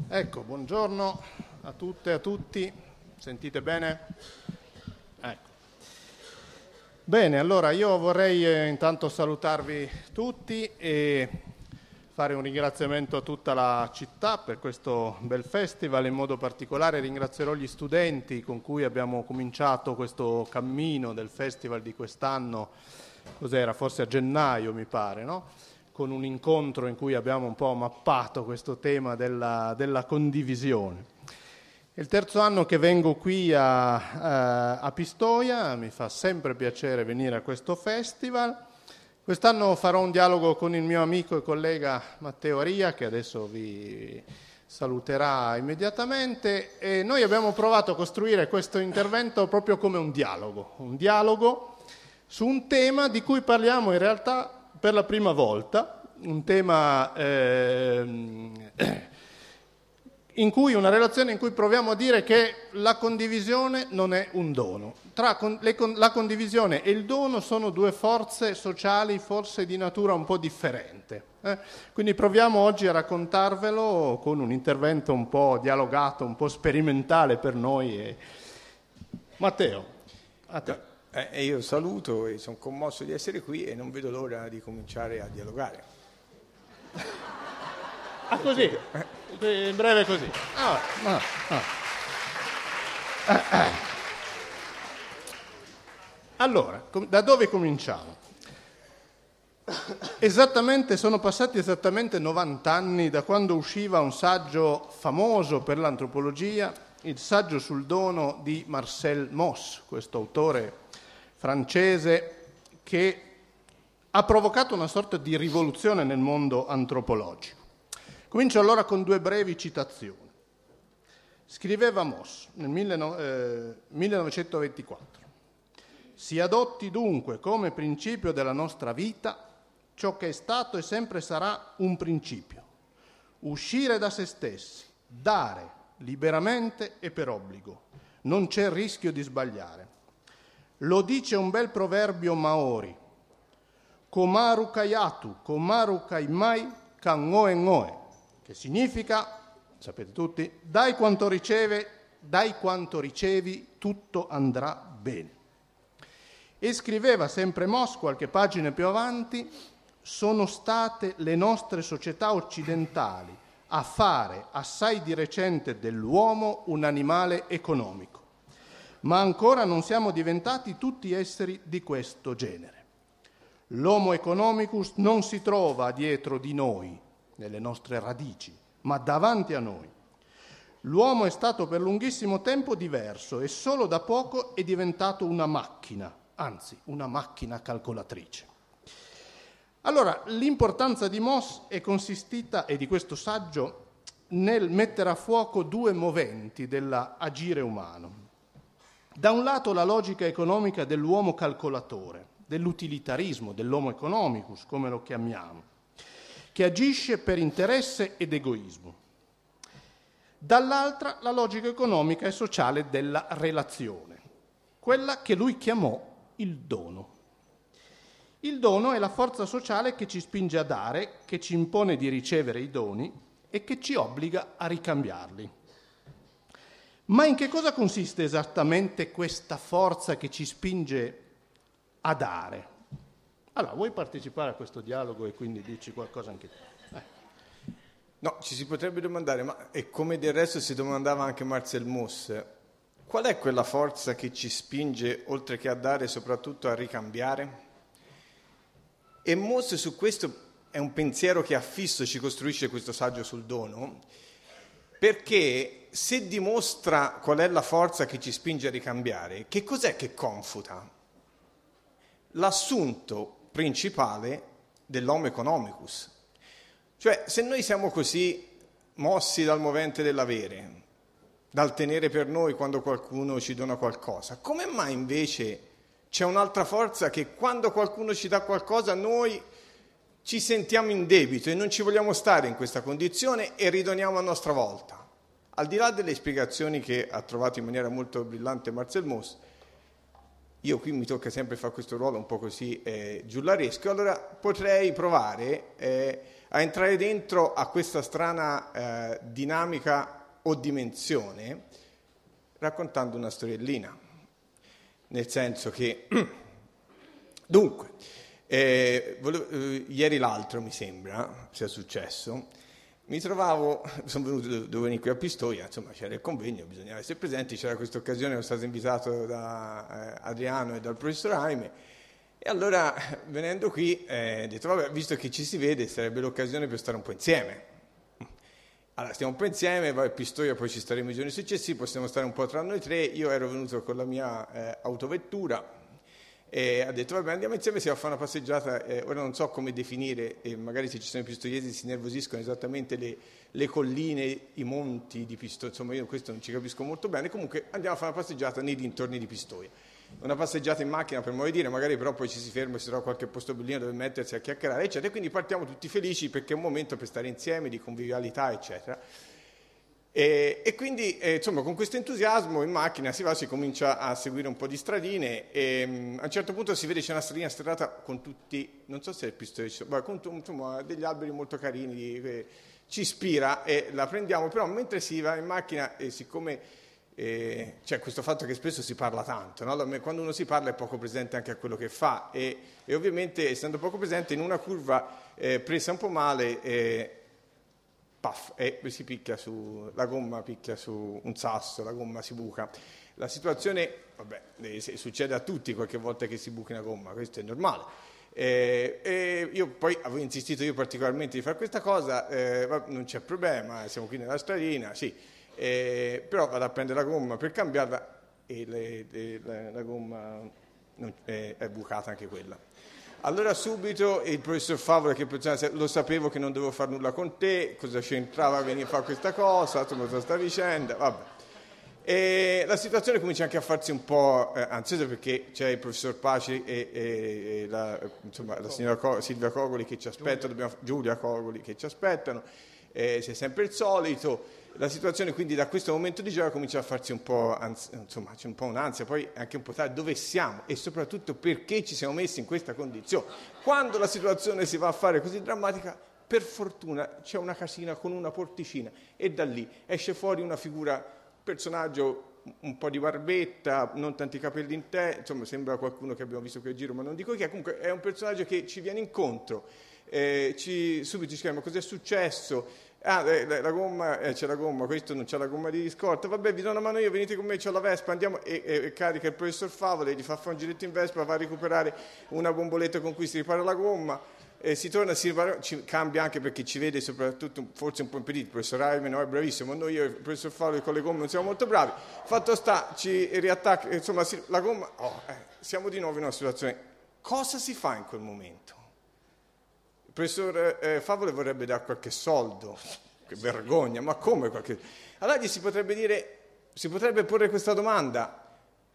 Ecco, buongiorno a tutte e a tutti. Sentite bene? Ecco. Bene, allora io vorrei intanto salutarvi tutti e fare un ringraziamento a tutta la città per questo bel festival. In modo particolare ringrazierò gli studenti con cui abbiamo cominciato questo cammino del festival di quest'anno. Cos'era? Forse a gennaio, mi pare, no? Con un incontro in cui abbiamo un po' mappato questo tema della condivisione. È il terzo anno che vengo qui a Pistoia, mi fa sempre piacere venire a questo festival. Quest'anno farò un dialogo con il mio amico e collega Matteo Aria, che adesso vi saluterà immediatamente, e noi abbiamo provato a costruire questo intervento proprio come un dialogo su un tema di cui parliamo in realtà per la prima volta, un tema in cui una relazione in cui proviamo a dire che la condivisione non è un dono. La condivisione e il dono sono due forze sociali forse di natura un po' differente. Quindi proviamo oggi a raccontarvelo con un intervento un po' dialogato, un po' sperimentale per noi. Matteo, a te. Io saluto e sono commosso di essere qui e non vedo l'ora di cominciare a dialogare. Ah, così? In breve così. Allora, da dove cominciamo? Sono passati esattamente 90 anni da quando usciva un saggio famoso per l'antropologia, il saggio sul dono di Marcel Mauss, questo autore francese che ha provocato una sorta di rivoluzione nel mondo antropologico. Comincio allora con due brevi citazioni. Scriveva Mauss nel 1924: «Si adotti dunque come principio della nostra vita ciò che è stato e sempre sarà un principio: uscire da se stessi, dare liberamente e per obbligo. Non c'è rischio di sbagliare. Lo dice un bel proverbio maori: Komaru kayatu, komaru kaimai, kan ngoe ngoe, che significa, sapete tutti, dai quanto ricevi, tutto andrà bene. E scriveva sempre Mauss, qualche pagina più avanti: sono state le nostre società occidentali a fare assai di recente dell'uomo un animale economico. Ma ancora non siamo diventati tutti esseri di questo genere. L'homo economicus non si trova dietro di noi, nelle nostre radici, ma davanti a noi. L'uomo è stato per lunghissimo tempo diverso e solo da poco è diventato una macchina, anzi una macchina calcolatrice». Allora, l'importanza di Mauss è consistita, e di questo saggio, nel mettere a fuoco due moventi dell'agire umano. Da un lato la logica economica dell'uomo calcolatore, dell'utilitarismo, dell'homo economicus, come lo chiamiamo, che agisce per interesse ed egoismo. Dall'altra la logica economica e sociale della relazione, quella che lui chiamò il dono. Il dono è la forza sociale che ci spinge a dare, che ci impone di ricevere i doni e che ci obbliga a ricambiarli. Ma in che cosa consiste esattamente questa forza che ci spinge a dare? Allora, vuoi partecipare a questo dialogo e quindi dici qualcosa anche tu? No, ci si potrebbe domandare, ma e come del resto si domandava anche Marcel Mauss, qual è quella forza che ci spinge, oltre che a dare, soprattutto a ricambiare? E Mauss su questo è un pensiero che affisso ci costruisce questo saggio sul dono, perché se dimostra qual è la forza che ci spinge a ricambiare, che cos'è che confuta? L'assunto principale dell'homo economicus. Cioè, se noi siamo così mossi dal movente dell'avere, dal tenere per noi quando qualcuno ci dona qualcosa, come mai invece c'è un'altra forza che quando qualcuno ci dà qualcosa noi ci sentiamo in debito e non ci vogliamo stare in questa condizione e ridoniamo a nostra volta? Al di là delle spiegazioni che ha trovato in maniera molto brillante Marcel Mauss, io qui mi tocca sempre fare questo ruolo un po' così giullaresco, allora potrei provare a entrare dentro a questa strana dinamica o dimensione raccontando una storiellina, nel senso che dunque ieri l'altro mi sembra sia successo, mi trovavo, sono venuto, dovevo venire qui a Pistoia, insomma c'era il convegno, bisognava essere presenti, c'era questa occasione, ero stato invitato da Adriano e dal professor Jaime, e allora venendo qui ho detto vabbè, visto che ci si vede sarebbe l'occasione per stare un po' insieme. Allora stiamo un po' insieme, vai a Pistoia, poi ci staremo i giorni successivi, possiamo stare un po' tra noi tre, io ero venuto con la mia autovettura, e ha detto vabbè andiamo insieme, si va a fare una passeggiata, ora non so come definire, e magari se ci sono i pistoiesi si nervosiscono esattamente le colline, i monti di Pistoia, insomma io questo non ci capisco molto bene, comunque andiamo a fare una passeggiata nei dintorni di Pistoia, una passeggiata in macchina per modo di dire, magari però poi ci si ferma e si trova qualche posto bellino dove mettersi a chiacchierare eccetera, e quindi partiamo tutti felici perché è un momento per stare insieme, di convivialità eccetera. E quindi insomma con questo entusiasmo in macchina si va, si comincia a seguire un po' di stradine e a un certo punto si vede c'è una stradina sterrata con tutti, non so se è il Pistoia, ma con insomma, degli alberi molto carini, ci ispira e la prendiamo, però mentre si va in macchina siccome c'è questo fatto che spesso si parla tanto, no? Allora, quando uno si parla è poco presente anche a quello che fa e ovviamente essendo poco presente in una curva presa un po' male puff, e si picchia la gomma picchia su un sasso, la gomma si buca. La situazione, vabbè, succede a tutti qualche volta che si buchi una gomma, questo è normale. Io poi avevo insistito io particolarmente di fare questa cosa, non c'è problema, siamo qui nella stradina, sì, però vado a prendere la gomma per cambiarla e la gomma è bucata anche quella. Allora subito il professor Favola, che lo sapevo che non dovevo fare nulla con te, cosa c'entrava a venire a fare questa cosa, tutta questa vicenda, vabbè. E la situazione comincia anche a farsi un po' ansiosa perché c'è il professor Paci e la signora Silvia Cogoli che ci aspettano, Giulia Cogoli che ci aspettano, c'è sempre il solito. La situazione quindi da questo momento di gioia comincia a farsi un po', insomma c'è un po' un'ansia, poi anche un po' tardi dove siamo e soprattutto perché ci siamo messi in questa condizione. Quando la situazione si va a fare così drammatica, per fortuna c'è una casina con una porticina e da lì esce fuori una figura, personaggio un po' di barbetta, non tanti capelli in te, insomma sembra qualcuno che abbiamo visto qui a giro ma non dico chi è, comunque è un personaggio che ci viene incontro, subito ci chiama ma cos'è successo? La gomma, c'è la gomma, questo non c'è la gomma di scorta, vabbè vi do una mano io, venite con me, c'ho la Vespa, andiamo e carica il professor Favola, gli fa fare un giretto in Vespa, va a recuperare una bomboletta con cui si ripara la gomma, si torna, ci cambia anche perché ci vede soprattutto forse un po' impedito, il professor Jaime no, è bravissimo, noi io e il professor Favola con le gomme non siamo molto bravi, fatto sta, ci riattacca, insomma la gomma, siamo di nuovo in una situazione, cosa si fa in quel momento? Il professor Favole vorrebbe dare qualche soldo, che vergogna, ma come qualche... Allora gli si potrebbe porre questa domanda,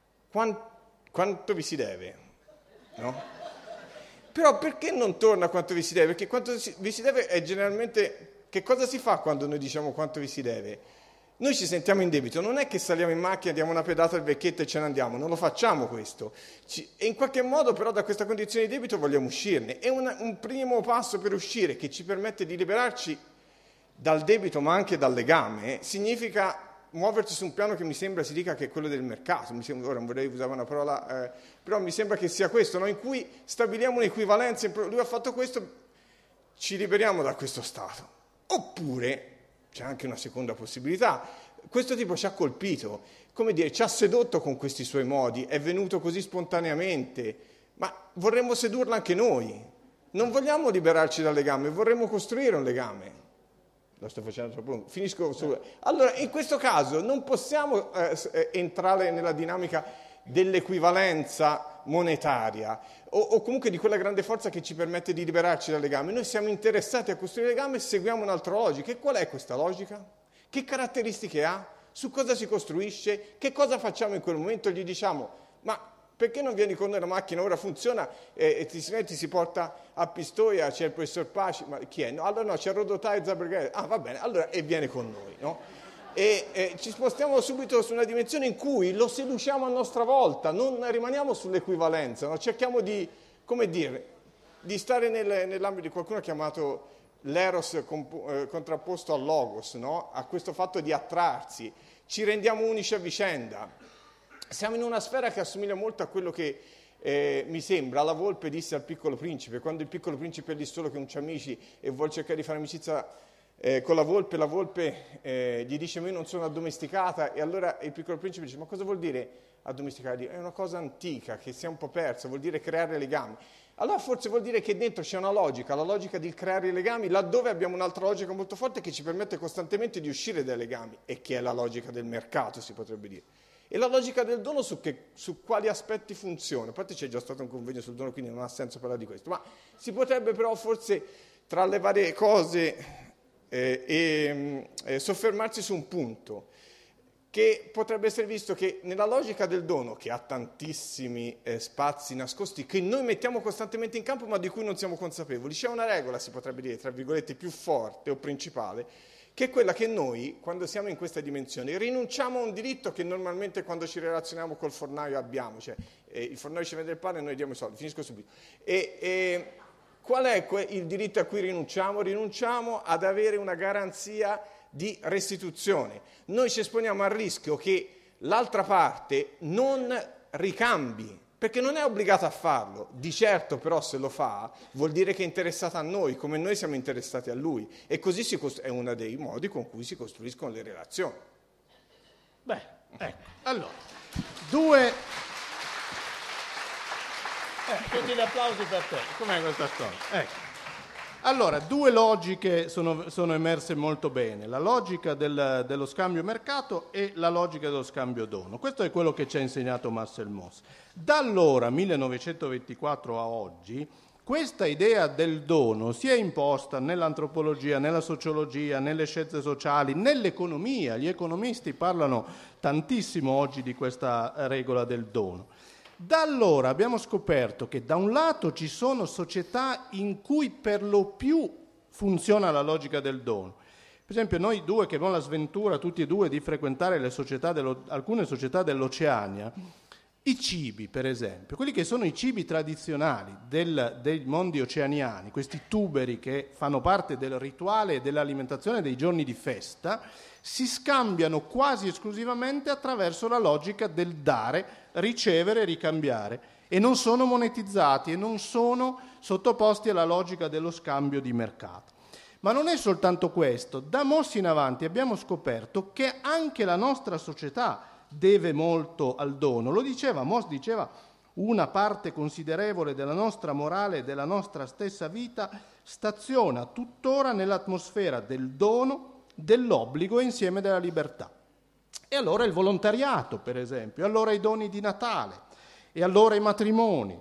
quanto vi si deve? No? Però perché non torna quanto vi si deve? Perché quanto vi si deve è generalmente... Che cosa si fa quando noi diciamo quanto vi si deve? Noi ci sentiamo in debito, non è che saliamo in macchina, diamo una pedata al vecchietto e ce ne andiamo, non lo facciamo questo. E in qualche modo però da questa condizione di debito vogliamo uscirne. E un primo passo per uscire che ci permette di liberarci dal debito ma anche dal legame significa muoversi su un piano che mi sembra si dica che è quello del mercato, ora non vorrei usare una parola, però mi sembra che sia questo, no? In cui stabiliamo un'equivalenza, lui ha fatto questo, ci liberiamo da questo stato. Oppure... c'è anche una seconda possibilità. Questo tipo ci ha colpito, come dire, ci ha sedotto con questi suoi modi, è venuto così spontaneamente, ma vorremmo sedurlo anche noi. Non vogliamo liberarci dal legame, vorremmo costruire un legame. Lo sto facendo troppo lungo. Finisco su... Allora, in questo caso non possiamo entrare nella dinamica dell'equivalenza monetaria o comunque di quella grande forza che ci permette di liberarci dal legame. Noi siamo interessati a costruire legame e seguiamo un'altra logica. E qual è questa logica? Che caratteristiche ha? Su cosa si costruisce? Che cosa facciamo in quel momento? Gli diciamo, ma perché non vieni con noi, la macchina ora funziona e ti si porta a Pistoia, c'è il professor Paci, ma chi è? No, allora no, c'è Rodotà e Zaberghelli, va bene, allora e viene con noi, no? e ci spostiamo subito su una dimensione in cui lo seduciamo a nostra volta, non rimaniamo sull'equivalenza, no? Cerchiamo di, come dire, di stare nell'ambito di qualcuno ha chiamato l'eros contrapposto al logos, no? A questo fatto di attrarsi, ci rendiamo unici a vicenda. Siamo in una sfera che assomiglia molto a quello che mi sembra la volpe disse al piccolo principe, quando il piccolo principe è lì solo con c'ha amici e vuole cercare di fare amicizia con la volpe gli dice ma io non sono addomesticata, e allora il piccolo principe dice ma cosa vuol dire addomesticata? È una cosa antica che si è un po' persa, vuol dire creare legami. Allora forse vuol dire che dentro c'è una logica, la logica di creare i legami, laddove abbiamo un'altra logica molto forte che ci permette costantemente di uscire dai legami, e che è la logica del mercato, si potrebbe dire. E la logica del dono su quali aspetti funziona. A parte c'è già stato un convegno sul dono, quindi non ha senso parlare di questo, ma si potrebbe però forse tra le varie cose soffermarsi su un punto che potrebbe essere visto che nella logica del dono, che ha tantissimi spazi nascosti che noi mettiamo costantemente in campo ma di cui non siamo consapevoli, c'è una regola, si potrebbe dire, tra virgolette, più forte o principale, che è quella che noi, quando siamo in questa dimensione, rinunciamo a un diritto che normalmente quando ci relazioniamo col fornaio abbiamo, cioè il fornaio ci vende il pane e noi diamo i soldi, finisco subito. Qual è il diritto a cui rinunciamo? Rinunciamo ad avere una garanzia di restituzione. Noi ci esponiamo al rischio che l'altra parte non ricambi, perché non è obbligata a farlo. Di certo però se lo fa vuol dire che è interessata a noi, come noi siamo interessati a lui, e così è uno dei modi con cui si costruiscono le relazioni. Beh, ecco, allora, due... tutti gli applausi per te. Com'è questa storia? Ecco. Allora, due logiche sono emerse molto bene, la logica dello scambio mercato e la logica dello scambio dono. Questo è quello che ci ha insegnato Marcel Mauss. Da allora, 1924 a oggi, questa idea del dono si è imposta nell'antropologia, nella sociologia, nelle scienze sociali, nell'economia. Gli economisti parlano tantissimo oggi di questa regola del dono. Da allora abbiamo scoperto che da un lato ci sono società in cui per lo più funziona la logica del dono. Per esempio noi due che abbiamo la sventura tutti e due di frequentare alcune società dell'Oceania, i cibi per esempio, quelli che sono i cibi tradizionali dei mondi oceaniani, questi tuberi che fanno parte del rituale e dell'alimentazione dei giorni di festa, si scambiano quasi esclusivamente attraverso la logica del dare, ricevere e ricambiare, e non sono monetizzati e non sono sottoposti alla logica dello scambio di mercato. Ma non è soltanto questo, da Mauss in avanti abbiamo scoperto che anche la nostra società deve molto al dono. Lo diceva, Mauss diceva, una parte considerevole della nostra morale e della nostra stessa vita staziona tuttora nell'atmosfera del dono, dell'obbligo e insieme della libertà. E allora il volontariato, per esempio, e allora i doni di Natale, e allora i matrimoni.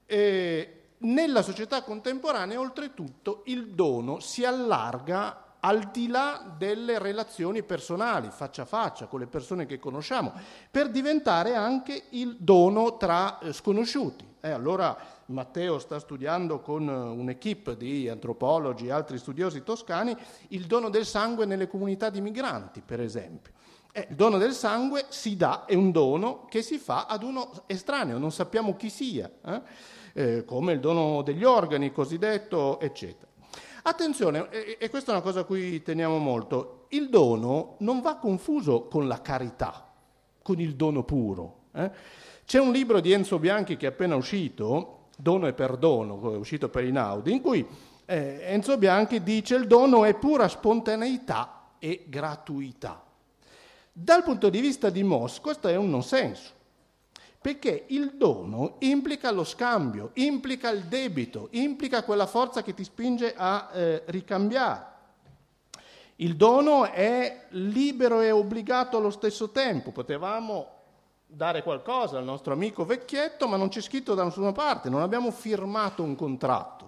Nella società contemporanea, oltretutto, il dono si allarga al di là delle relazioni personali, faccia a faccia, con le persone che conosciamo, per diventare anche il dono tra sconosciuti. Allora Matteo sta studiando con un'equipe di antropologi e altri studiosi toscani il dono del sangue nelle comunità di migranti, per esempio. Il dono del sangue si dà, è un dono che si fa ad uno estraneo, non sappiamo chi sia, come il dono degli organi cosiddetto, eccetera. Attenzione, e questa è una cosa a cui teniamo molto, il dono non va confuso con la carità, con il dono puro. C'è un libro di Enzo Bianchi che è appena uscito, Dono e perdono, è uscito per Einaudi, in cui Enzo Bianchi dice il dono è pura spontaneità e gratuità. Dal punto di vista di Mauss questo è un non senso, perché il dono implica lo scambio, implica il debito, implica quella forza che ti spinge a ricambiare. Il dono è libero e obbligato allo stesso tempo. Potevamo dare qualcosa al nostro amico vecchietto, ma non c'è scritto da nessuna parte, non abbiamo firmato un contratto.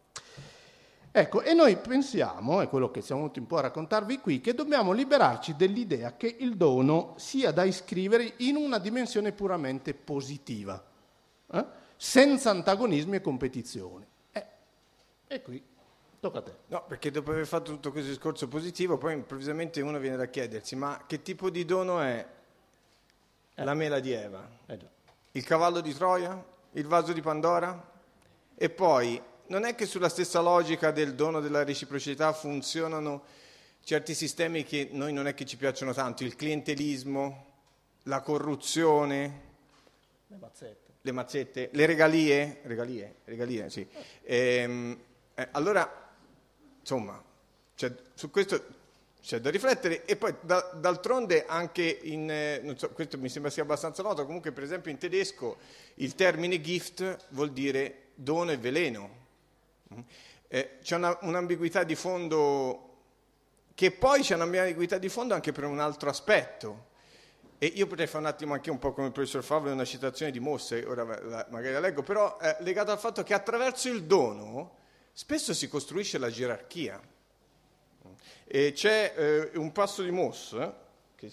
Ecco, e noi pensiamo, è quello che siamo venuti un po' a raccontarvi qui, che dobbiamo liberarci dell'idea che il dono sia da iscrivere in una dimensione puramente positiva, senza antagonismi e competizioni. E qui Tocca a te. No, perché dopo aver fatto tutto questo discorso positivo, poi improvvisamente uno viene da chiedersi, ma che tipo di dono è la mela di Eva? Già. Il cavallo di Troia? Il vaso di Pandora? E poi, non è che sulla stessa logica del dono della reciprocità funzionano certi sistemi che noi non è che ci piacciono tanto, il clientelismo, la corruzione, le mazzette, le regalie, sì. Allora, insomma, su questo c'è da riflettere e poi d'altronde anche non so, questo mi sembra sia abbastanza noto, comunque per esempio in tedesco il termine gift vuol dire dono e veleno. C'è un'ambiguità di fondo, che poi c'è un'ambiguità di fondo anche per un altro aspetto. E io potrei fare un attimo anche un po' come il professor Favre una citazione di Mosse, ora magari la leggo, però legato al fatto che attraverso il dono spesso si costruisce la gerarchia. E c'è un passo di Mosse, che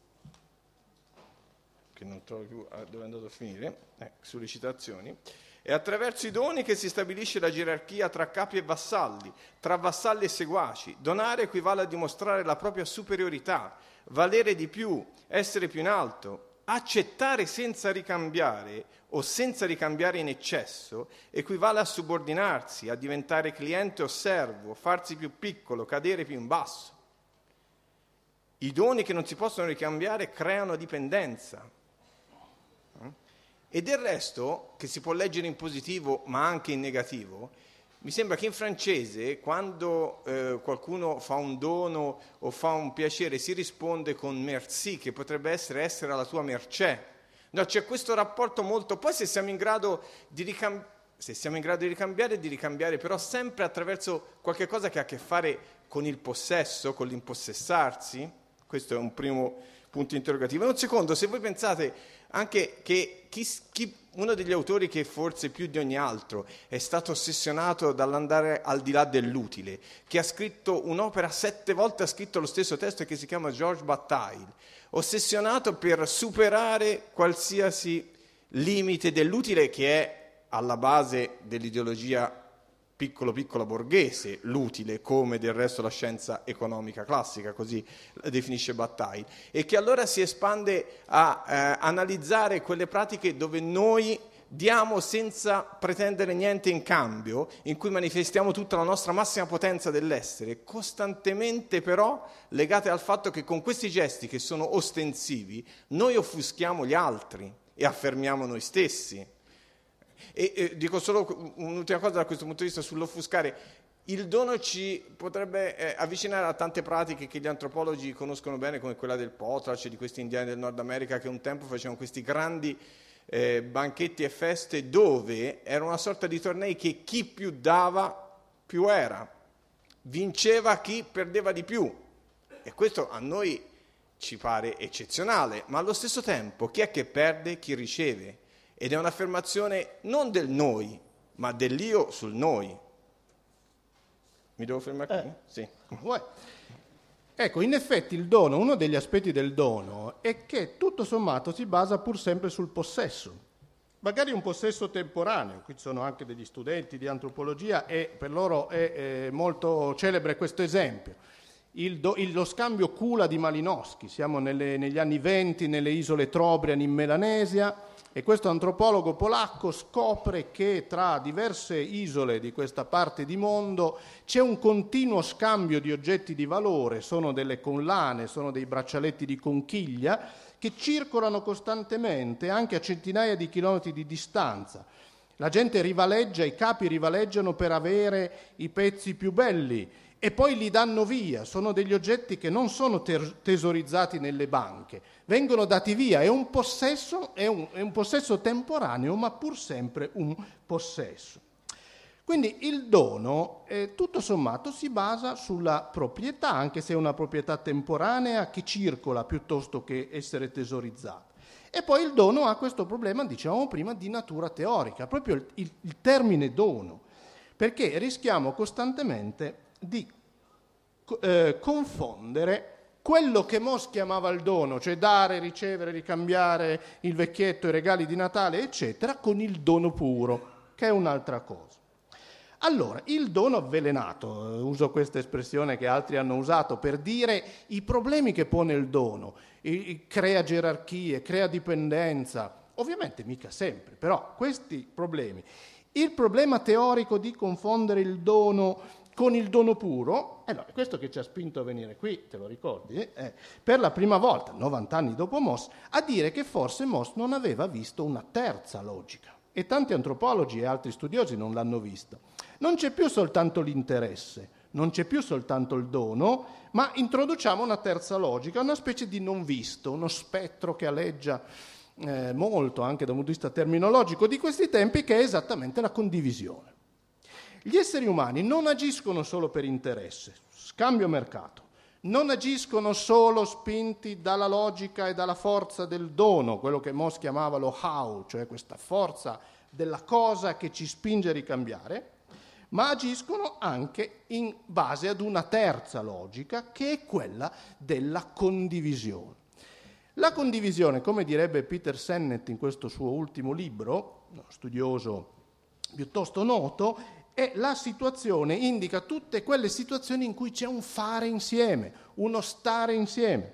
non trovo più dove è andato a finire, sulle citazioni, è attraverso i doni che si stabilisce la gerarchia tra capi e vassalli, tra vassalli e seguaci. Donare equivale a dimostrare la propria superiorità, valere di più, essere più in alto. Accettare senza ricambiare o senza ricambiare in eccesso equivale a subordinarsi, a diventare cliente o servo, farsi più piccolo, cadere più in basso. I doni che non si possono ricambiare creano dipendenza. E del resto, che si può leggere in positivo ma anche in negativo, mi sembra che in francese quando qualcuno fa un dono o fa un piacere si risponde con merci, che potrebbe essere alla tua mercé. No, c'è questo rapporto molto, poi se siamo in grado di ricambiare e di ricambiare però sempre attraverso qualche cosa che ha a che fare con il possesso, con l'impossessarsi, questo è un primo punto interrogativo. E un secondo, se voi pensate anche che uno degli autori che forse più di ogni altro è stato ossessionato dall'andare al di là dell'utile, che ha scritto un'opera 7 volte, ha scritto lo stesso testo, che si chiama Georges Bataille, ossessionato per superare qualsiasi limite dell'utile, che è alla base dell'ideologia piccola borghese, l'utile, come del resto la scienza economica classica, così la definisce Bataille, e che allora si espande a analizzare quelle pratiche dove noi diamo senza pretendere niente in cambio, in cui manifestiamo tutta la nostra massima potenza dell'essere, costantemente però legate al fatto che con questi gesti che sono ostensivi noi offuschiamo gli altri e affermiamo noi stessi. E dico solo un'ultima cosa da questo punto di vista sull'offuscare. Il dono ci potrebbe avvicinare a tante pratiche che gli antropologi conoscono bene, come quella del potrace, di questi indiani del Nord America che un tempo facevano questi grandi banchetti e feste dove era una sorta di tornei che chi più dava più era, vinceva chi perdeva di più, e questo a noi ci pare eccezionale, ma allo stesso tempo chi è che perde? Chi riceve. Ed è un'affermazione non del noi, ma dell'io sul noi. Mi devo fermare qui? Sì. Ecco, in effetti il dono, uno degli aspetti del dono è che tutto sommato si basa pur sempre sul possesso. Magari un possesso temporaneo, qui sono anche degli studenti di antropologia e per loro è molto celebre questo esempio. Lo scambio Kula di Malinowski, siamo negli anni 20 nelle isole Trobriand in Melanesia, e questo antropologo polacco scopre che tra diverse isole di questa parte di mondo c'è un continuo scambio di oggetti di valore, sono delle collane, sono dei braccialetti di conchiglia che circolano costantemente anche a centinaia di chilometri di distanza. La gente rivaleggia, i capi rivaleggiano per avere i pezzi più belli e poi li danno via, sono degli oggetti che non sono tesorizzati nelle banche, vengono dati via, è un possesso temporaneo, ma pur sempre un possesso. Quindi il dono, tutto sommato, si basa sulla proprietà, anche se è una proprietà temporanea che circola piuttosto che essere tesorizzata. E poi il dono ha questo problema, dicevamo prima, di natura teorica, proprio il termine dono, perché rischiamo costantemente di confondere quello che Moss chiamava il dono, cioè dare, ricevere, ricambiare il vecchietto, i regali di Natale, eccetera, con il dono puro, che è un'altra cosa. Allora, il dono avvelenato, uso questa espressione che altri hanno usato per dire i problemi che pone il dono, crea gerarchie, crea dipendenza, ovviamente mica sempre, però questi problemi. Il problema teorico di confondere il dono con il dono puro, è questo che ci ha spinto a venire qui, te lo ricordi? Per la prima volta, 90 anni dopo Moss, a dire che forse Moss non aveva visto una terza logica. E tanti antropologi e altri studiosi non l'hanno vista. Non c'è più soltanto l'interesse, non c'è più soltanto il dono, ma introduciamo una terza logica, una specie di non visto, uno spettro che aleggia molto anche da un punto di vista terminologico di questi tempi, che è esattamente la condivisione. Gli esseri umani non agiscono solo per interesse, scambio mercato, non agiscono solo spinti dalla logica e dalla forza del dono, quello che Moss chiamava lo how, cioè questa forza della cosa che ci spinge a ricambiare, ma agiscono anche in base ad una terza logica, che è quella della condivisione. La condivisione, come direbbe Peter Sennett in questo suo ultimo libro, uno studioso piuttosto noto, è la situazione, indica tutte quelle situazioni in cui c'è un fare insieme, uno stare insieme,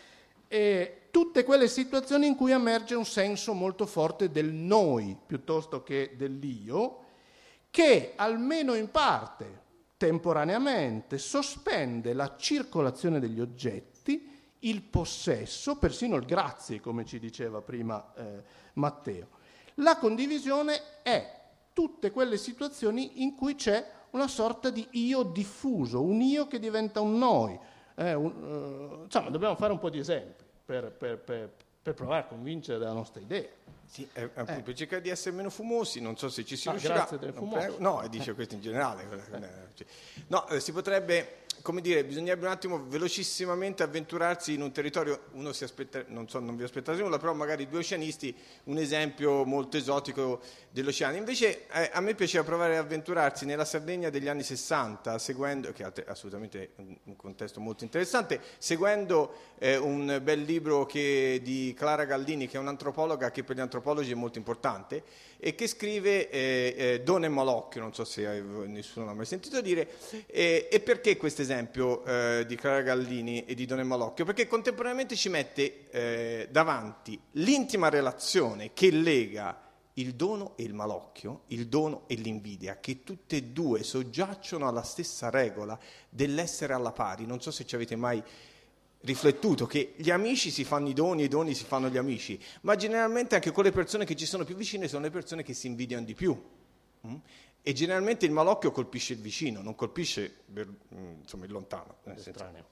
e tutte quelle situazioni in cui emerge un senso molto forte del noi piuttosto che dell'io, che almeno in parte, temporaneamente, sospende la circolazione degli oggetti, il possesso, persino il grazie, come ci diceva prima Matteo. La condivisione è tutte quelle situazioni in cui c'è una sorta di io diffuso, un io che diventa un noi. Insomma, dobbiamo fare un po' di esempi per provare a convincere della nostra idea. Sì, per cercare di essere meno fumosi, non so se ci si riuscirà. Grazie del fumoso. No, dice questo in generale. No, si potrebbe, come dire, bisognerebbe un attimo velocissimamente avventurarsi in un territorio, uno si aspetta, non vi aspettate nulla, però magari due oceanisti, un esempio molto esotico dell'oceano. Invece a me piaceva provare ad avventurarsi nella Sardegna degli anni 60, seguendo, che è assolutamente un contesto molto interessante, seguendo un bel libro di Clara Gallini, che è un'antropologa che per gli antropologi è molto importante, e che scrive Dono e Malocchio, non so se nessuno l'ha mai sentito dire, e perché questo esempio di Clara Gallini e di Dono e Malocchio? Perché contemporaneamente ci mette davanti l'intima relazione che lega il dono e il malocchio, il dono e l'invidia, che tutte e due soggiacciono alla stessa regola dell'essere alla pari. Non so se ci avete mai riflettuto che gli amici si fanno i doni e i doni si fanno gli amici, ma generalmente anche con le persone che ci sono più vicine sono le persone che si invidiano di più. E generalmente il malocchio colpisce il vicino, non colpisce insomma, il lontano. L'estraneo.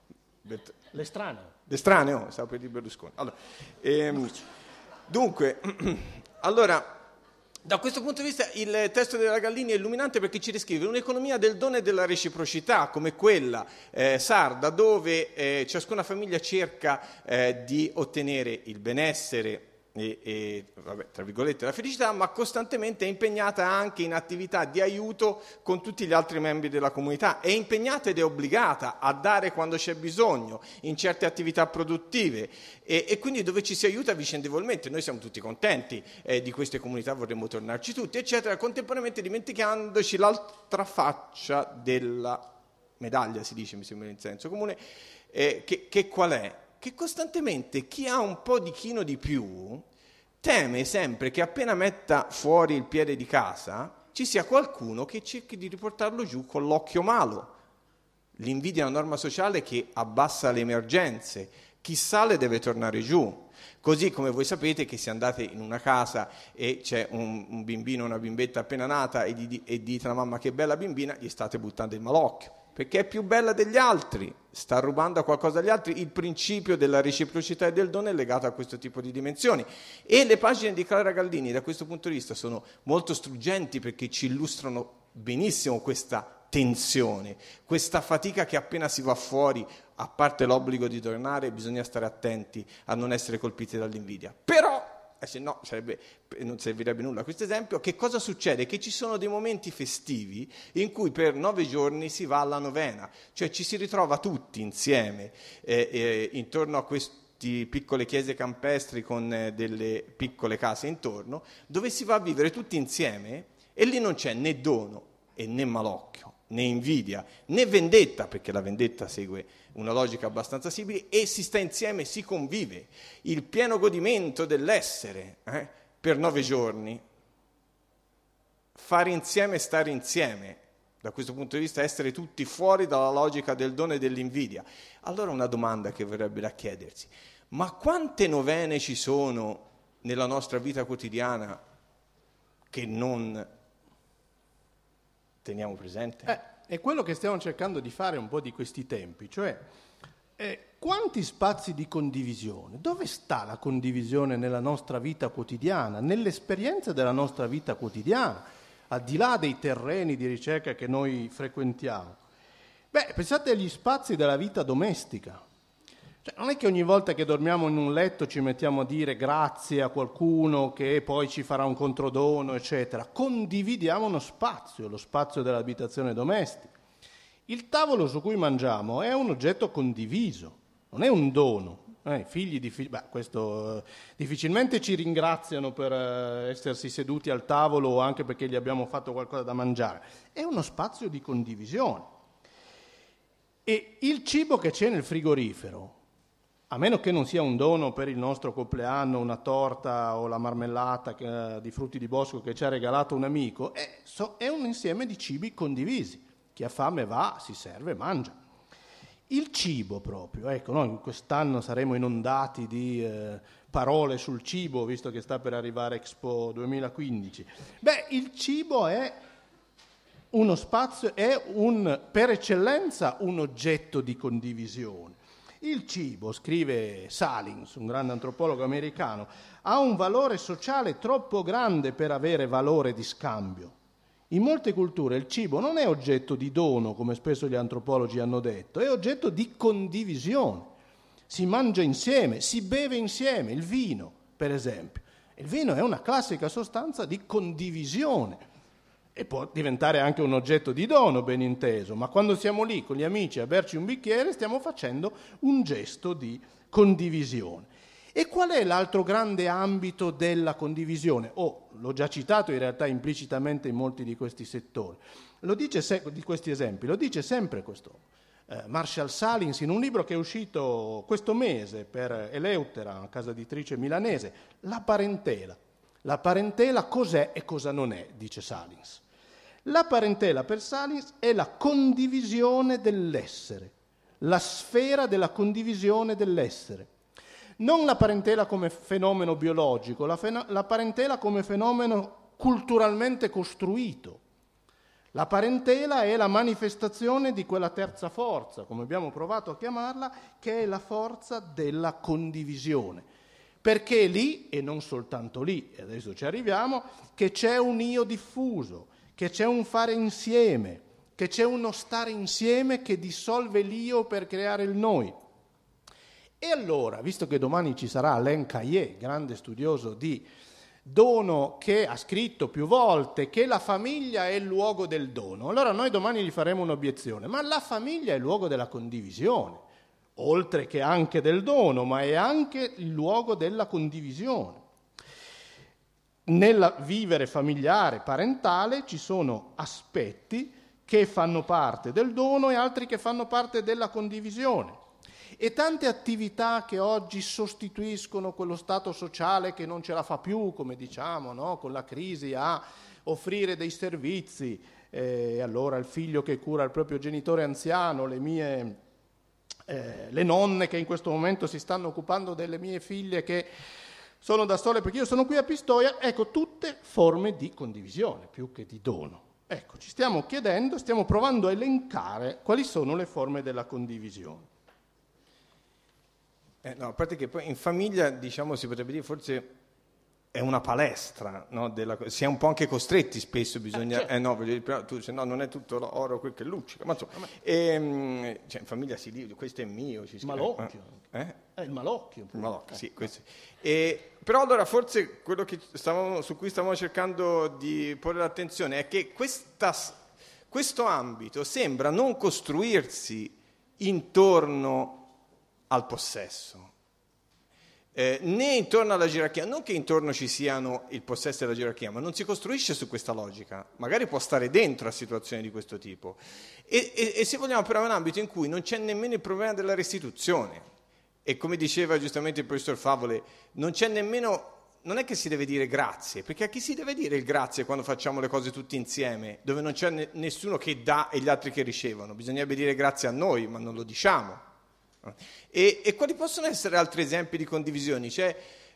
L'estraneo, stavo per dire Berlusconi. Allora, dunque, allora, da questo punto di vista il testo della Gallini è illuminante, perché ci descrive un'economia del dono e della reciprocità, come quella sarda, dove ciascuna famiglia cerca di ottenere il benessere e tra virgolette la felicità, ma costantemente è impegnata anche in attività di aiuto con tutti gli altri membri della comunità, è impegnata ed è obbligata a dare quando c'è bisogno in certe attività produttive, e quindi dove ci si aiuta vicendevolmente. Noi siamo tutti contenti di queste comunità, vorremmo tornarci tutti, eccetera, contemporaneamente dimenticandoci l'altra faccia della medaglia, si dice, mi sembra in senso comune, che qual è? Che costantemente chi ha un po' di chino di più teme sempre che appena metta fuori il piede di casa ci sia qualcuno che cerchi di riportarlo giù con l'occhio malo. L'invidia è una norma sociale che abbassa le emergenze, chi sale deve tornare giù. Così come voi sapete che se andate in una casa e c'è un bambino o una bimbetta appena nata e dite alla mamma che bella bimbina, gli state buttando il malocchio, perché è più bella degli altri, sta rubando qualcosa agli altri. Il principio della reciprocità e del dono è legato a questo tipo di dimensioni. E le pagine di Clara Gallini da questo punto di vista sono molto struggenti, perché ci illustrano benissimo questa tensione, questa fatica che appena si va fuori, a parte l'obbligo di tornare, bisogna stare attenti a non essere colpiti dall'invidia. Però, se no non servirebbe nulla questo esempio, che cosa succede? Che ci sono dei momenti festivi in cui per 9 giorni si va alla novena, cioè ci si ritrova tutti insieme intorno a queste piccole chiese campestri con delle piccole case intorno, dove si va a vivere tutti insieme, e lì non c'è né dono e né malocchio, né invidia, né vendetta, perché la vendetta segue una logica abbastanza simile, e si sta insieme, si convive, il pieno godimento dell'essere per 9 giorni, fare insieme, stare insieme, da questo punto di vista essere tutti fuori dalla logica del dono e dell'invidia. Allora una domanda che verrebbe da chiedersi: ma quante novene ci sono nella nostra vita quotidiana che non teniamo presente? È quello che stiamo cercando di fare un po' di questi tempi, cioè quanti spazi di condivisione? Dove sta la condivisione nella nostra vita quotidiana, nell'esperienza della nostra vita quotidiana, al di là dei terreni di ricerca che noi frequentiamo? Pensate agli spazi della vita domestica. Cioè, non è che ogni volta che dormiamo in un letto ci mettiamo a dire grazie a qualcuno che poi ci farà un controdono, eccetera. Condividiamo uno spazio, lo spazio dell'abitazione domestica. Il tavolo su cui mangiamo è un oggetto condiviso, non è un dono. Figli di figli, questo difficilmente ci ringraziano per essersi seduti al tavolo o anche perché gli abbiamo fatto qualcosa da mangiare. È uno spazio di condivisione. E il cibo che c'è nel frigorifero, a meno che non sia un dono per il nostro compleanno, una torta o la marmellata di frutti di bosco che ci ha regalato un amico, è un insieme di cibi condivisi. Chi ha fame va, si serve e mangia. Il cibo proprio, noi quest'anno saremo inondati di parole sul cibo, visto che sta per arrivare Expo 2015. Il cibo è uno spazio, per eccellenza un oggetto di condivisione. Il cibo, scrive Salins, un grande antropologo americano, ha un valore sociale troppo grande per avere valore di scambio. In molte culture il cibo non è oggetto di dono, come spesso gli antropologi hanno detto, è oggetto di condivisione. Si mangia insieme, si beve insieme, il vino, per esempio. Il vino è una classica sostanza di condivisione e può diventare anche un oggetto di dono, ben inteso, ma quando siamo lì con gli amici a berci un bicchiere stiamo facendo un gesto di condivisione. E qual è l'altro grande ambito della condivisione? L'ho già citato in realtà implicitamente in molti di questi settori. Di questi esempi, lo dice sempre questo Marshall Salins in un libro che è uscito questo mese per Eleutera, una casa editrice milanese, La parentela. La parentela cos'è e cosa non è, dice Salins. La parentela per Salins è la condivisione dell'essere, la sfera della condivisione dell'essere. Non la parentela come fenomeno biologico, la parentela come fenomeno culturalmente costruito. La parentela è la manifestazione di quella terza forza, come abbiamo provato a chiamarla, che è la forza della condivisione. Perché lì, e non soltanto lì, e adesso ci arriviamo, che c'è un io diffuso, che c'è un fare insieme, che c'è uno stare insieme che dissolve l'io per creare il noi. E allora, visto che domani ci sarà Alain Caillé, grande studioso di dono, che ha scritto più volte che la famiglia è il luogo del dono, allora noi domani gli faremo un'obiezione, ma la famiglia è il luogo della condivisione, oltre che anche del dono, ma è anche il luogo della condivisione. Nel vivere familiare, parentale, ci sono aspetti che fanno parte del dono e altri che fanno parte della condivisione. E tante attività che oggi sostituiscono quello stato sociale che non ce la fa più, come diciamo, no? Con la crisi, a offrire dei servizi, allora il figlio che cura il proprio genitore anziano, le nonne che in questo momento si stanno occupando delle mie figlie che sono da sole perché io sono qui a Pistoia, tutte forme di condivisione più che di dono. Ci stiamo chiedendo, stiamo provando a elencare quali sono le forme della condivisione. A parte che poi in famiglia, diciamo, si potrebbe dire forse è una palestra, no? Si è un po' anche costretti spesso, bisogna... però tu dici, no, non è tutto l'oro quel che luccica, ma insomma... in famiglia si dice, questo è mio... Malocchio. Il malocchio. Il malocchio, sì, questo. Però allora forse quello su cui stavamo cercando di porre l'attenzione è che questo ambito sembra non costruirsi intorno al possesso. né intorno alla gerarchia, non che intorno ci siano il possesso della gerarchia, ma non si costruisce su questa logica, magari può stare dentro a situazioni di questo tipo. E se vogliamo però è un ambito in cui non c'è nemmeno il problema della restituzione, e come diceva giustamente il professor Favole, non è che si deve dire grazie, perché a chi si deve dire il grazie quando facciamo le cose tutti insieme, dove non c'è nessuno che dà e gli altri che ricevono? Bisognerebbe dire grazie a noi, ma non lo diciamo. E quali possono essere altri esempi di condivisioni? C'è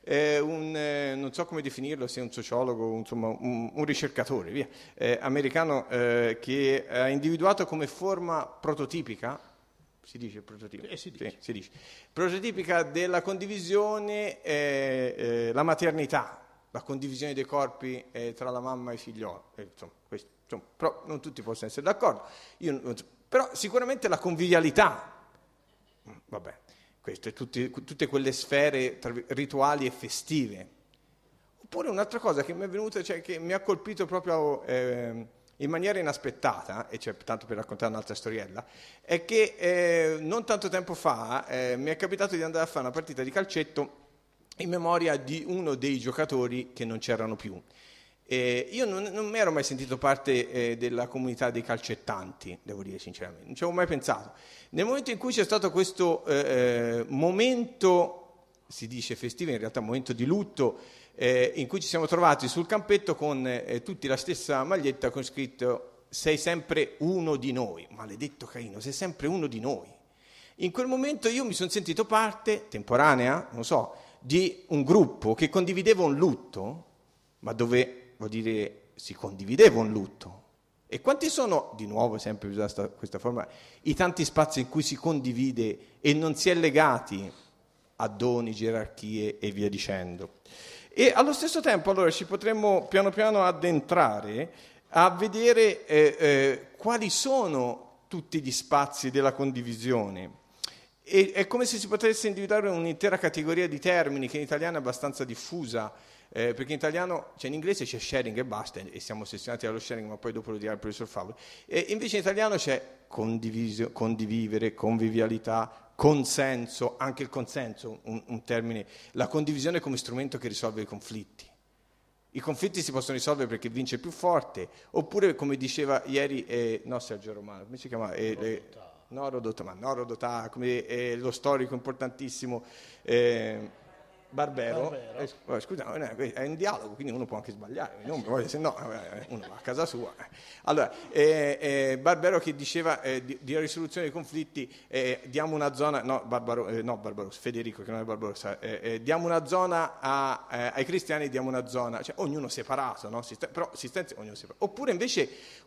non so come definirlo, se è un sociologo, insomma un ricercatore via, americano che ha individuato come forma prototipica, si dice prototipica? Si dice. Sì, si dice. Prototipica della condivisione, la maternità, la condivisione dei corpi tra la mamma e i figlioli, però non tutti possono essere d'accordo. Però sicuramente la convivialità. Vabbè, queste tutte quelle sfere rituali e festive. Oppure un'altra cosa che mi è venuta, cioè che mi ha colpito proprio in maniera inaspettata, e cioè tanto per raccontare un'altra storiella, è che non tanto tempo fa mi è capitato di andare a fare una partita di calcetto in memoria di uno dei giocatori che non c'erano più. Io non mi ero mai sentito parte della comunità dei calcettanti, devo dire sinceramente, non ci avevo mai pensato. Nel momento in cui c'è stato questo momento, si dice festivo, in realtà momento di lutto, in cui ci siamo trovati sul campetto con tutti la stessa maglietta con scritto "sei sempre uno di noi", maledetto Caino, sei sempre uno di noi. In quel momento io mi sono sentito parte, temporanea, non so, di un gruppo che condivideva un lutto, ma dove, vuol dire, si condivideva un lutto. E quanti sono, di nuovo sempre usata questa forma, i tanti spazi in cui si condivide e non si è legati a doni, gerarchie e via dicendo. E allo stesso tempo allora ci potremmo piano piano addentrare a vedere quali sono tutti gli spazi della condivisione. E è come se si potesse individuare un'intera categoria di termini che in italiano è abbastanza diffusa, perché in italiano, cioè in inglese c'è sharing e basta, e siamo ossessionati dallo sharing, ma poi dopo lo dirà il professor Favolo. E invece in italiano c'è condividere, convivialità, consenso, anche il consenso, un termine, la condivisione come strumento che risolve i conflitti. I conflitti si possono risolvere perché vince il più forte, oppure come diceva ieri, Sergio Romano, come si chiama? Rodotà, come lo storico importantissimo Barbero. Scusa, è un dialogo, quindi uno può anche sbagliare, se no uno va a casa sua. Allora, Barbero che diceva di risoluzione dei conflitti, diamo una zona, Federico che non è Barbarossa, diamo una zona ai cristiani, diamo una zona, cioè ognuno separato, no? Però assistenza ognuno separato. Oppure invece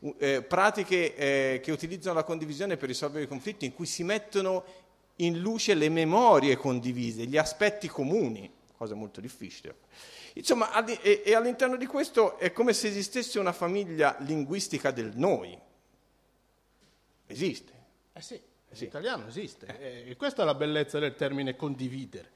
pratiche che utilizzano la condivisione per risolvere i conflitti, in cui si mettono in luce le memorie condivise, gli aspetti comuni, cosa molto difficile. Insomma, e all'interno di questo è come se esistesse una famiglia linguistica del noi. Esiste. Sì, l'italiano esiste. E questa è la bellezza del termine condividere,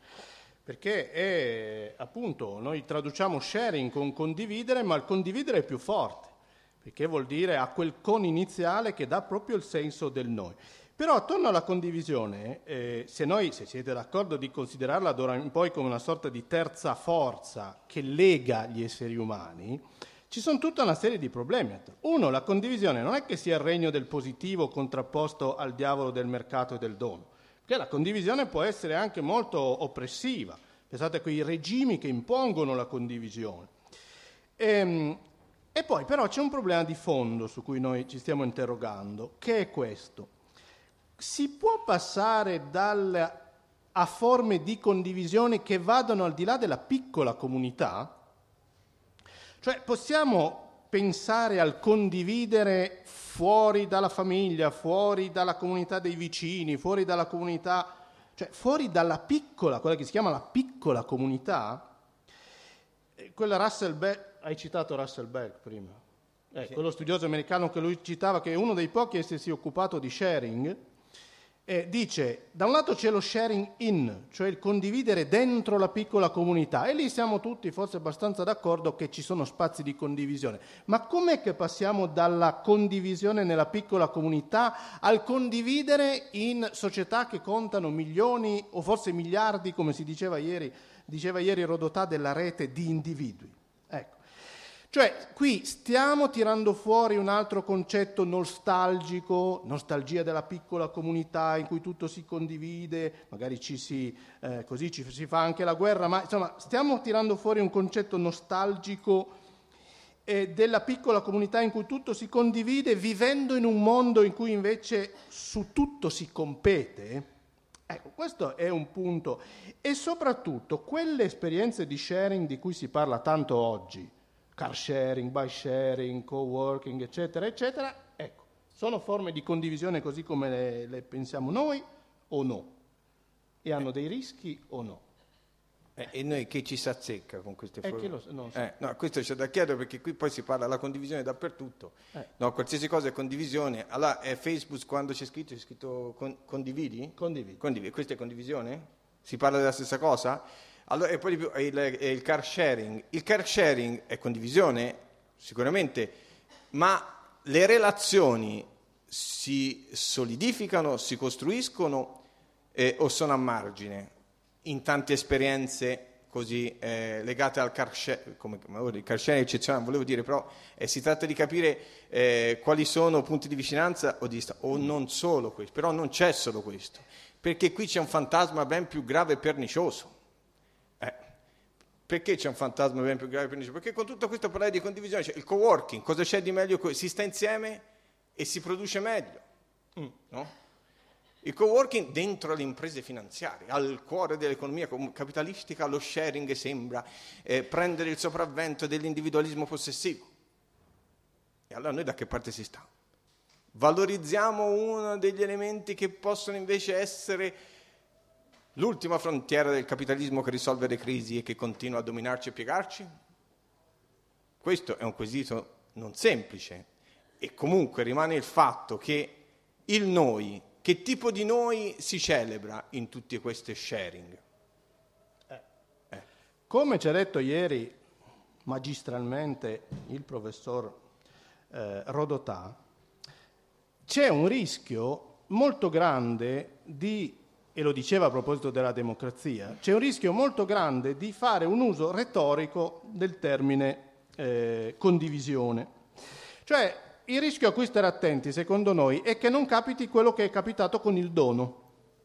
perché appunto noi traduciamo sharing con condividere, ma il condividere è più forte, perché vuol dire ha quel con iniziale che dà proprio il senso del noi. Però attorno alla condivisione, se siete d'accordo di considerarla d'ora in poi come una sorta di terza forza che lega gli esseri umani, ci sono tutta una serie di problemi. Uno, la condivisione non è che sia il regno del positivo contrapposto al diavolo del mercato e del dono, perché la condivisione può essere anche molto oppressiva. Pensate a quei regimi che impongono la condivisione. E poi però c'è un problema di fondo su cui noi ci stiamo interrogando, che è questo. Si può passare a forme di condivisione che vadano al di là della piccola comunità? Cioè possiamo pensare al condividere fuori dalla famiglia, fuori dalla comunità dei vicini, fuori dalla comunità, cioè fuori dalla piccola, quella che si chiama la piccola comunità? Quella Russell Bell, hai citato Russell Bell prima, sì. Quello studioso americano che lui citava, che è uno dei pochi a essersi occupato di sharing, dice, da un lato c'è lo sharing in, cioè il condividere dentro la piccola comunità, e lì siamo tutti forse abbastanza d'accordo che ci sono spazi di condivisione, ma com'è che passiamo dalla condivisione nella piccola comunità al condividere in società che contano milioni o forse miliardi, come si diceva ieri diceva ieri Rodotà, della rete di individui. Ecco. Cioè, qui stiamo tirando fuori un altro concetto nostalgico, nostalgia della piccola comunità in cui tutto si condivide, magari così ci si fa anche la guerra, ma insomma stiamo tirando fuori un concetto nostalgico della piccola comunità in cui tutto si condivide, vivendo in un mondo in cui invece su tutto si compete. Ecco, questo è un punto. E soprattutto quelle esperienze di sharing di cui si parla tanto oggi, car sharing, bike sharing, co-working, eccetera, eccetera, ecco, sono forme di condivisione così come le pensiamo noi o no? E hanno dei rischi o no? E noi che ci si azzecca con queste forme? Non so. No, questo c'è da chiedere, perché qui poi si parla della condivisione dappertutto. No, qualsiasi cosa è condivisione. Allora, Facebook quando c'è scritto condividi? Condividi. Questa è condivisione? Si parla della stessa cosa? Allora, e poi il car sharing. Il car sharing è condivisione? Sicuramente, ma le relazioni si solidificano, si costruiscono o sono a margine? In tante esperienze così legate al car sharing, il car sharing è eccezionale, volevo dire, però si tratta di capire quali sono punti di vicinanza o di distanza, o non solo questo, però non c'è solo questo, perché qui c'è un fantasma ben più grave e pernicioso. Perché c'è un fantasma ben più grave e pernicioso? Perché con tutto questo parlare di condivisione c'è il co-working, cosa c'è di meglio? Si sta insieme e si produce meglio, no? Il co-working dentro le imprese finanziarie, al cuore dell'economia capitalistica, lo sharing sembra prendere il sopravvento dell'individualismo possessivo. E allora noi da che parte si sta? Valorizziamo uno degli elementi che possono invece essere l'ultima frontiera del capitalismo che risolve le crisi e che continua a dominarci e piegarci? Questo è un quesito non semplice, e comunque rimane il fatto che il noi, che tipo di noi si celebra in tutte queste sharing? Come ci ha detto ieri magistralmente il professor Rodotà, c'è un rischio molto grande e lo diceva a proposito della democrazia, c'è un rischio molto grande di fare un uso retorico del termine condivisione. Cioè, il rischio a cui stare attenti, secondo noi, è che non capiti quello che è capitato con il dono.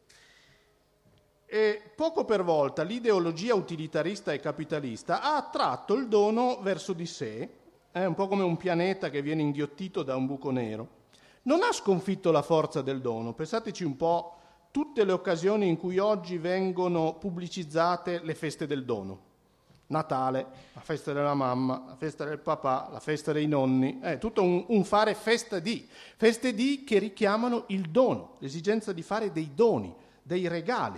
E poco per volta l'ideologia utilitarista e capitalista ha attratto il dono verso di sé, è un po' come un pianeta che viene inghiottito da un buco nero. Non ha sconfitto la forza del dono. Pensateci un po' tutte le occasioni in cui oggi vengono pubblicizzate le feste del dono. Natale, la festa della mamma, la festa del papà, la festa dei nonni, tutto un fare feste di che richiamano il dono, l'esigenza di fare dei doni, dei regali.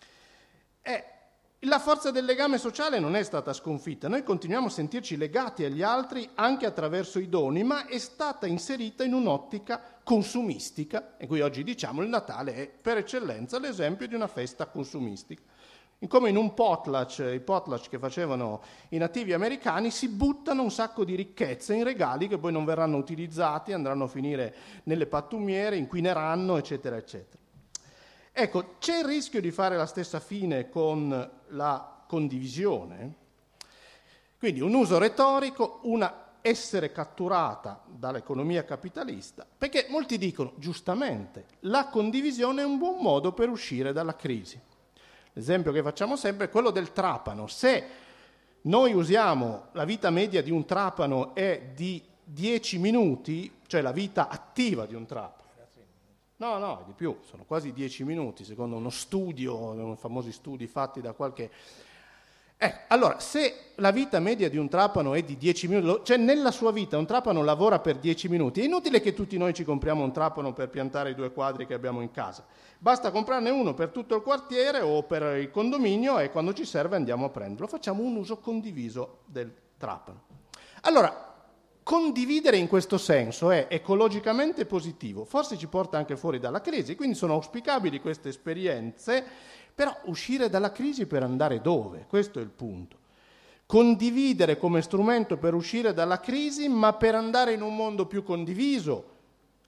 La forza del legame sociale non è stata sconfitta, noi continuiamo a sentirci legati agli altri anche attraverso i doni, ma è stata inserita in un'ottica consumistica, e qui oggi diciamo il Natale è per eccellenza l'esempio di una festa consumistica. Come in un potlatch, i potlatch che facevano i nativi americani, si buttano un sacco di ricchezze in regali che poi non verranno utilizzati, andranno a finire nelle pattumiere, inquineranno, eccetera, eccetera. Ecco, c'è il rischio di fare la stessa fine con la condivisione, quindi un uso retorico, una essere catturata dall'economia capitalista, perché molti dicono, giustamente, la condivisione è un buon modo per uscire dalla crisi. L'esempio che facciamo sempre è quello del trapano. Se noi usiamo la vita media di un trapano è di 10 minuti, cioè la vita attiva di un trapano, no, di più, sono quasi 10 minuti, secondo uno studio, famosi studi fatti da qualche... allora, se la vita media di un trapano è di 10 minuti, cioè nella sua vita un trapano lavora per 10 minuti, è inutile che tutti noi ci compriamo un trapano per piantare i 2 quadri che abbiamo in casa. Basta comprarne uno per tutto il quartiere o per il condominio e quando ci serve andiamo a prenderlo. Facciamo un uso condiviso del trapano. Allora, condividere in questo senso è ecologicamente positivo, forse ci porta anche fuori dalla crisi, quindi sono auspicabili queste esperienze, però uscire dalla crisi per andare dove? Questo è il punto. Condividere come strumento per uscire dalla crisi, ma per andare in un mondo più condiviso,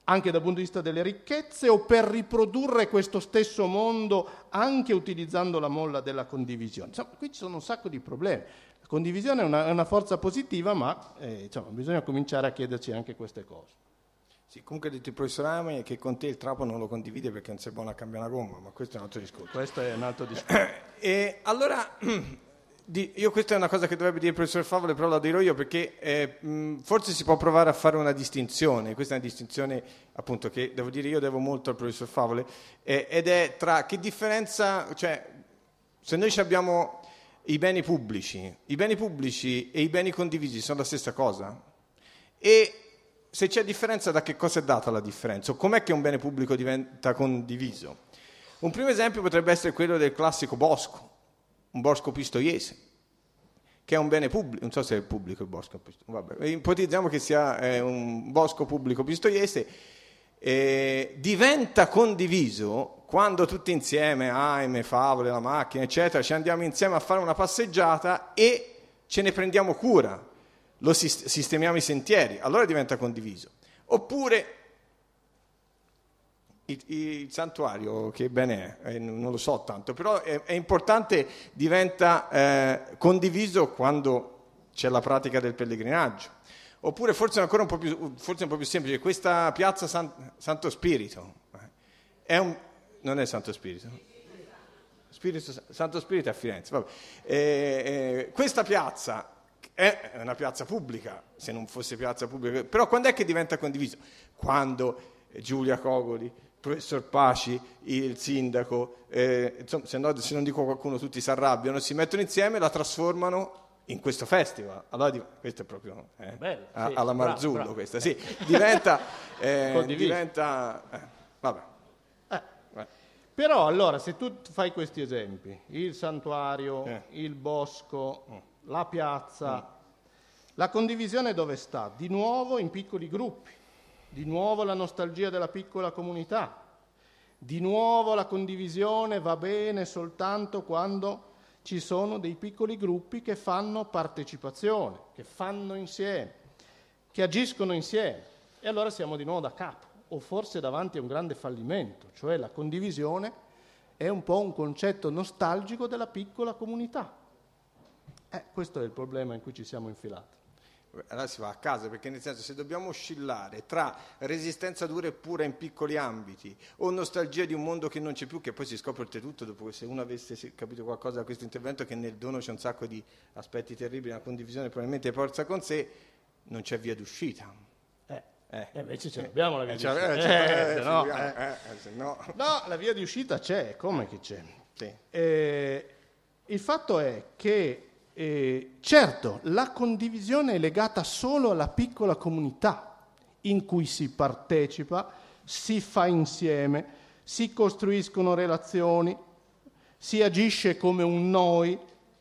anche dal punto di vista delle ricchezze, o per riprodurre questo stesso mondo anche utilizzando la molla della condivisione? Insomma, qui ci sono un sacco di problemi. La condivisione è una forza positiva, ma bisogna cominciare a chiederci anche queste cose. Sì, comunque ha detto il professor Ami che con te il trapano non lo condivide perché non sei buono a cambiare una gomma, ma questo è un altro discorso. Questo è un altro discorso. E allora, io questa è una cosa che dovrebbe dire il professor Favole, però la dirò io perché forse si può provare a fare una distinzione, questa è una distinzione appunto che devo dire io devo molto al professor Favole, ed è tra che differenza, cioè se noi abbiamo i beni pubblici e i beni condivisi sono la stessa cosa, e se c'è differenza, da che cosa è data la differenza? O com'è che un bene pubblico diventa condiviso? Un primo esempio potrebbe essere quello del classico bosco, un bosco pistoiese, che è un bene pubblico, non so se è pubblico il bosco pistoiese, vabbè, ipotizziamo che sia un bosco pubblico pistoiese, diventa condiviso quando tutti insieme, Aime, Favole, la macchina, eccetera, ci andiamo insieme a fare una passeggiata e ce ne prendiamo cura. Lo sistemiamo i sentieri, allora diventa condiviso. Oppure il santuario, che bene è, non lo so tanto, però è importante, diventa condiviso quando c'è la pratica del pellegrinaggio. Oppure forse ancora un po' più semplice, questa piazza Santo Spirito, non è Santo Spirito? Santo Spirito è a Firenze, vabbè. Questa piazza è una piazza pubblica, se non fosse piazza pubblica, però quando è che diventa condiviso? Quando Giulia Cogoli, il professor Paci, il sindaco, insomma, se non dico qualcuno, tutti si arrabbiano, si mettono insieme e la trasformano in questo festival. Allora questo è proprio bello, sì, alla Marzullo, bravo. Questa sì, diventa vabbè. Però allora, se tu fai questi esempi, il santuario, il bosco, la piazza, la condivisione dove sta? Di nuovo in piccoli gruppi, di nuovo la nostalgia della piccola comunità, di nuovo la condivisione va bene soltanto quando ci sono dei piccoli gruppi che fanno partecipazione, che fanno insieme, che agiscono insieme, e allora siamo di nuovo da capo, o forse davanti a un grande fallimento, cioè la condivisione è un po' un concetto nostalgico della piccola comunità. Questo è il problema in cui ci siamo infilati. Allora si va a casa, perché nel senso, se dobbiamo oscillare tra resistenza dura e pura in piccoli ambiti o nostalgia di un mondo che non c'è più, che poi si scopre oltretutto, dopo che se uno avesse capito qualcosa da questo intervento, che nel dono c'è un sacco di aspetti terribili, una condivisione probabilmente porta con sé, non c'è via d'uscita. Invece ce l'abbiamo la via di uscita. No, la via di uscita c'è, come che c'è? Sì. Il fatto è che certo, la condivisione è legata solo alla piccola comunità in cui si partecipa, si fa insieme, si costruiscono relazioni, si agisce come un noi.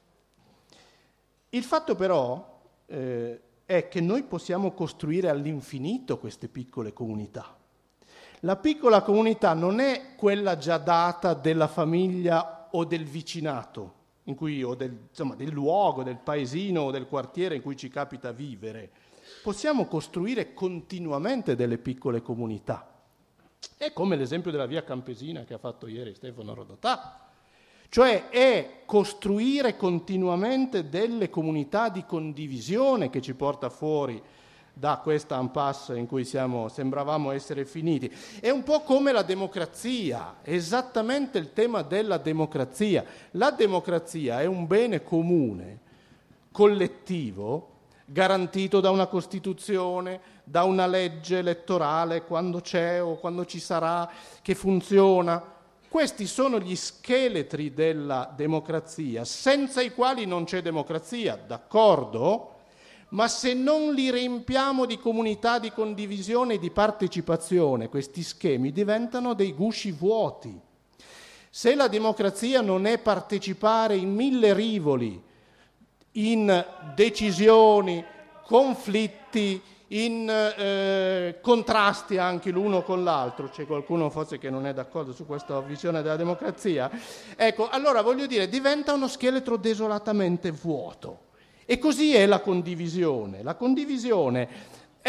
Il fatto però è che noi possiamo costruire all'infinito queste piccole comunità. La piccola comunità non è quella già data della famiglia o del vicinato, in cui, o del luogo, del paesino o del quartiere in cui ci capita vivere. Possiamo costruire continuamente delle piccole comunità. È come l'esempio della via Campesina che ha fatto ieri Stefano Rodotà. Cioè è costruire continuamente delle comunità di condivisione che ci porta fuori da questa impasse in cui sembravamo essere finiti. È un po' come la democrazia, esattamente il tema della democrazia. La democrazia è un bene comune, collettivo, garantito da una Costituzione, da una legge elettorale, quando c'è o quando ci sarà, che funziona. Questi sono gli scheletri della democrazia, senza i quali non c'è democrazia, d'accordo? Ma se non li riempiamo di comunità, di condivisione e di partecipazione, questi schemi diventano dei gusci vuoti. Se la democrazia non è partecipare in 1000 rivoli, in decisioni, conflitti, in contrasti anche l'uno con l'altro, c'è qualcuno forse che non è d'accordo su questa visione della democrazia, ecco, allora voglio dire, diventa uno scheletro desolatamente vuoto. E così è la condivisione. La condivisione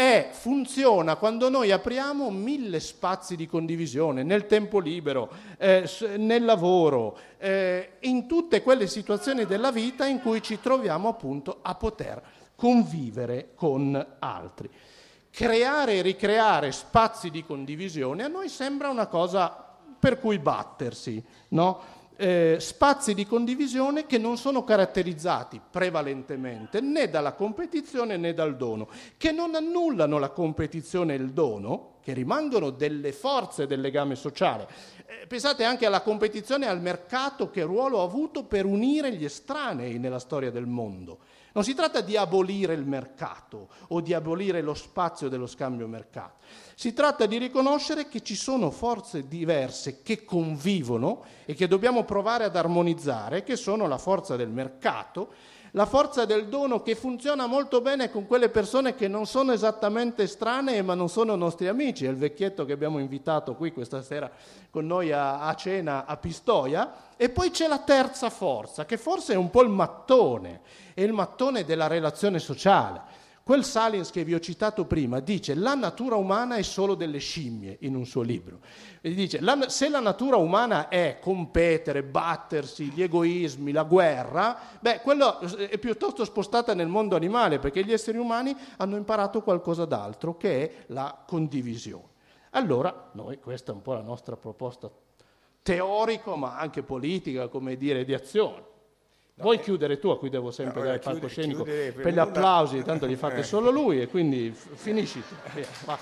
funziona quando noi apriamo 1000 spazi di condivisione, nel tempo libero, nel lavoro, in tutte quelle situazioni della vita in cui ci troviamo appunto a poter convivere con altri. Creare e ricreare spazi di condivisione a noi sembra una cosa per cui battersi, no? Spazi di condivisione che non sono caratterizzati prevalentemente né dalla competizione né dal dono, che non annullano la competizione e il dono, che rimangono delle forze del legame sociale. Pensate anche alla competizione e al mercato, che ruolo ha avuto per unire gli estranei nella storia del mondo. Non si tratta di abolire il mercato o di abolire lo spazio dello scambio mercato. Si tratta di riconoscere che ci sono forze diverse che convivono e che dobbiamo provare ad armonizzare, che sono la forza del mercato, la forza del dono, che funziona molto bene con quelle persone che non sono esattamente estranee ma non sono nostri amici. È il vecchietto che abbiamo invitato qui questa sera con noi a cena a Pistoia. E poi c'è la terza forza, che forse è un po' il mattone, è il mattone della relazione sociale. Quel Salins che vi ho citato prima dice: la natura umana è solo delle scimmie, in un suo libro. E dice: se la natura umana è competere, battersi, gli egoismi, la guerra, quello è piuttosto spostata nel mondo animale, perché gli esseri umani hanno imparato qualcosa d'altro, che è la condivisione. Allora, questa è un po' la nostra proposta teorica, ma anche politica, come dire, di azione. Vuoi chiudere tu, a cui devo sempre dare il palcoscenico per gli applausi, tanto li fate solo lui, e quindi finisci tu. Via, va.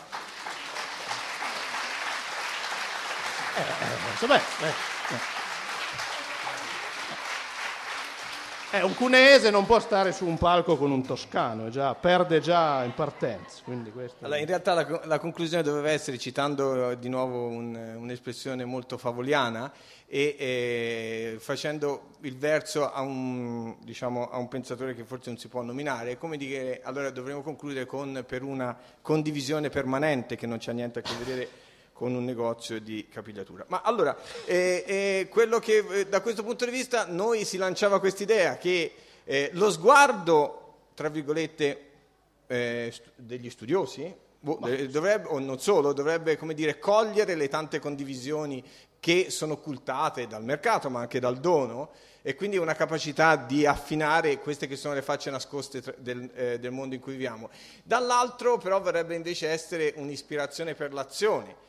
Un cuneese non può stare su un palco con un toscano, perde già in partenza. Quindi questo... Allora, in realtà la conclusione doveva essere, citando di nuovo un'espressione molto favoliana e facendo il verso a un pensatore che forse non si può nominare, come dire, allora dovremmo concludere per una condivisione permanente che non c'ha niente a che vedere con un negozio di capigliatura. Ma allora, quello che da questo punto di vista noi si lanciava quest'idea che lo sguardo, tra virgolette, degli studiosi, dovrebbe, o non solo, dovrebbe, come dire, cogliere le tante condivisioni che sono occultate dal mercato, ma anche dal dono, e quindi una capacità di affinare queste che sono le facce nascoste del mondo in cui viviamo. Dall'altro, però, vorrebbe invece essere un'ispirazione per l'azione.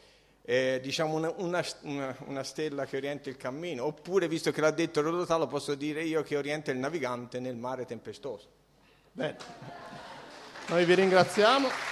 Una stella che orienta il cammino, oppure, visto che l'ha detto Rodotà, lo posso dire io, che orienta il navigante nel mare tempestoso. Bene, noi vi ringraziamo.